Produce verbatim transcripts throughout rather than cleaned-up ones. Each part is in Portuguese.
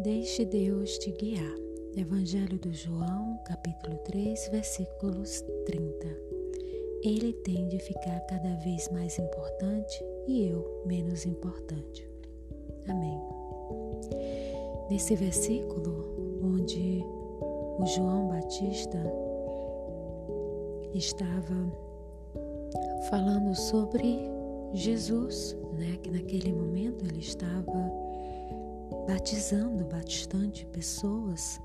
Deixe Deus te guiar. Evangelho do João, capítulo três, versículos trinta. Ele tem de ficar cada vez mais importante e eu menos importante. Amém. Nesse versículo, onde o João Batista estava falando sobre Jesus, né? Que naquele momento ele estava batizando bastante pessoas.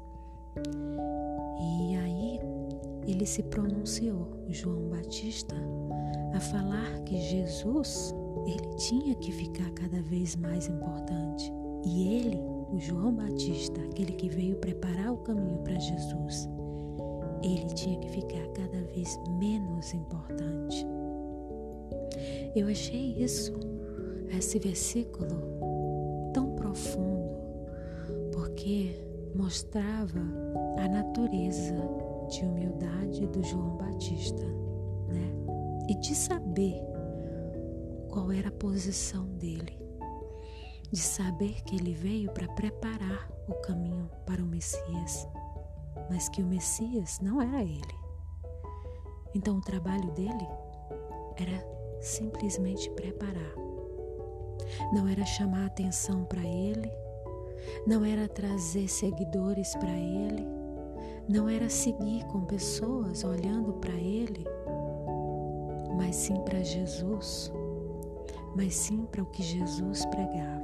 E aí ele se pronunciou, João Batista, a falar que Jesus, ele tinha que ficar cada vez mais importante. E ele, o João Batista, aquele que veio preparar o caminho para Jesus, ele tinha que ficar cada vez menos importante. Eu achei isso, esse versículo, tão profundo, porque mostrava a natureza de humildade do João Batista, né? E de saber qual era a posição dele, de saber que ele veio para preparar o caminho para o Messias, mas que o Messias não era ele. Então o trabalho dele era simplesmente preparar. Não era chamar atenção para ele, não era trazer seguidores para ele, não era seguir com pessoas olhando para ele, mas sim para Jesus, mas sim para o que Jesus pregava.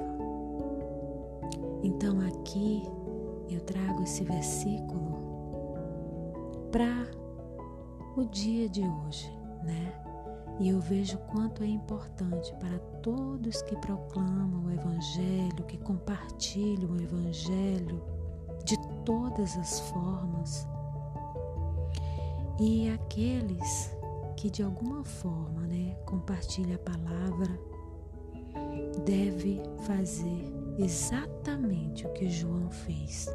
Então aqui eu trago esse versículo para o dia de hoje, né? E eu vejo quanto é importante para todos que proclamam o Evangelho, que compartilham o Evangelho de todas as formas, e aqueles que de alguma forma, né, compartilham a palavra, deve fazer exatamente o que João fez,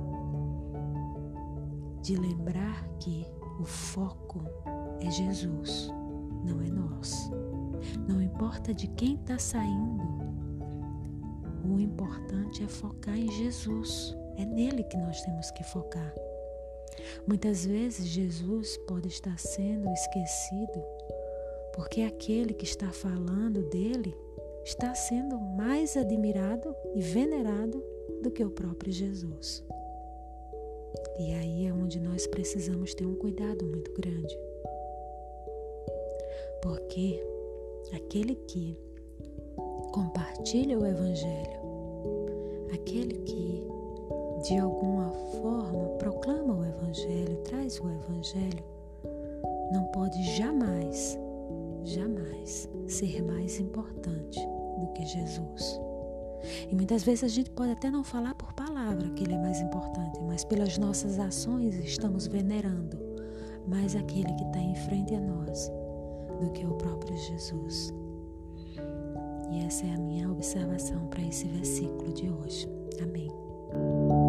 de lembrar que o foco é Jesus, não é nós. Não importa de quem está saindo, o importante é focar em Jesus. É nele que nós temos que focar. Muitas vezes Jesus pode estar sendo esquecido porque aquele que está falando dele está sendo mais admirado e venerado do que o próprio Jesus. E aí é onde nós precisamos ter um cuidado muito grande. Porque aquele que compartilha o Evangelho, aquele que de alguma forma proclama o Evangelho, traz o Evangelho, não pode jamais, jamais ser mais importante do que Jesus. E muitas vezes a gente pode até não falar por palavra que ele é mais importante, mas pelas nossas ações estamos venerando mais aquele que está em frente a nós do que o próprio Jesus. E essa é a minha observação para esse versículo de hoje. Amém.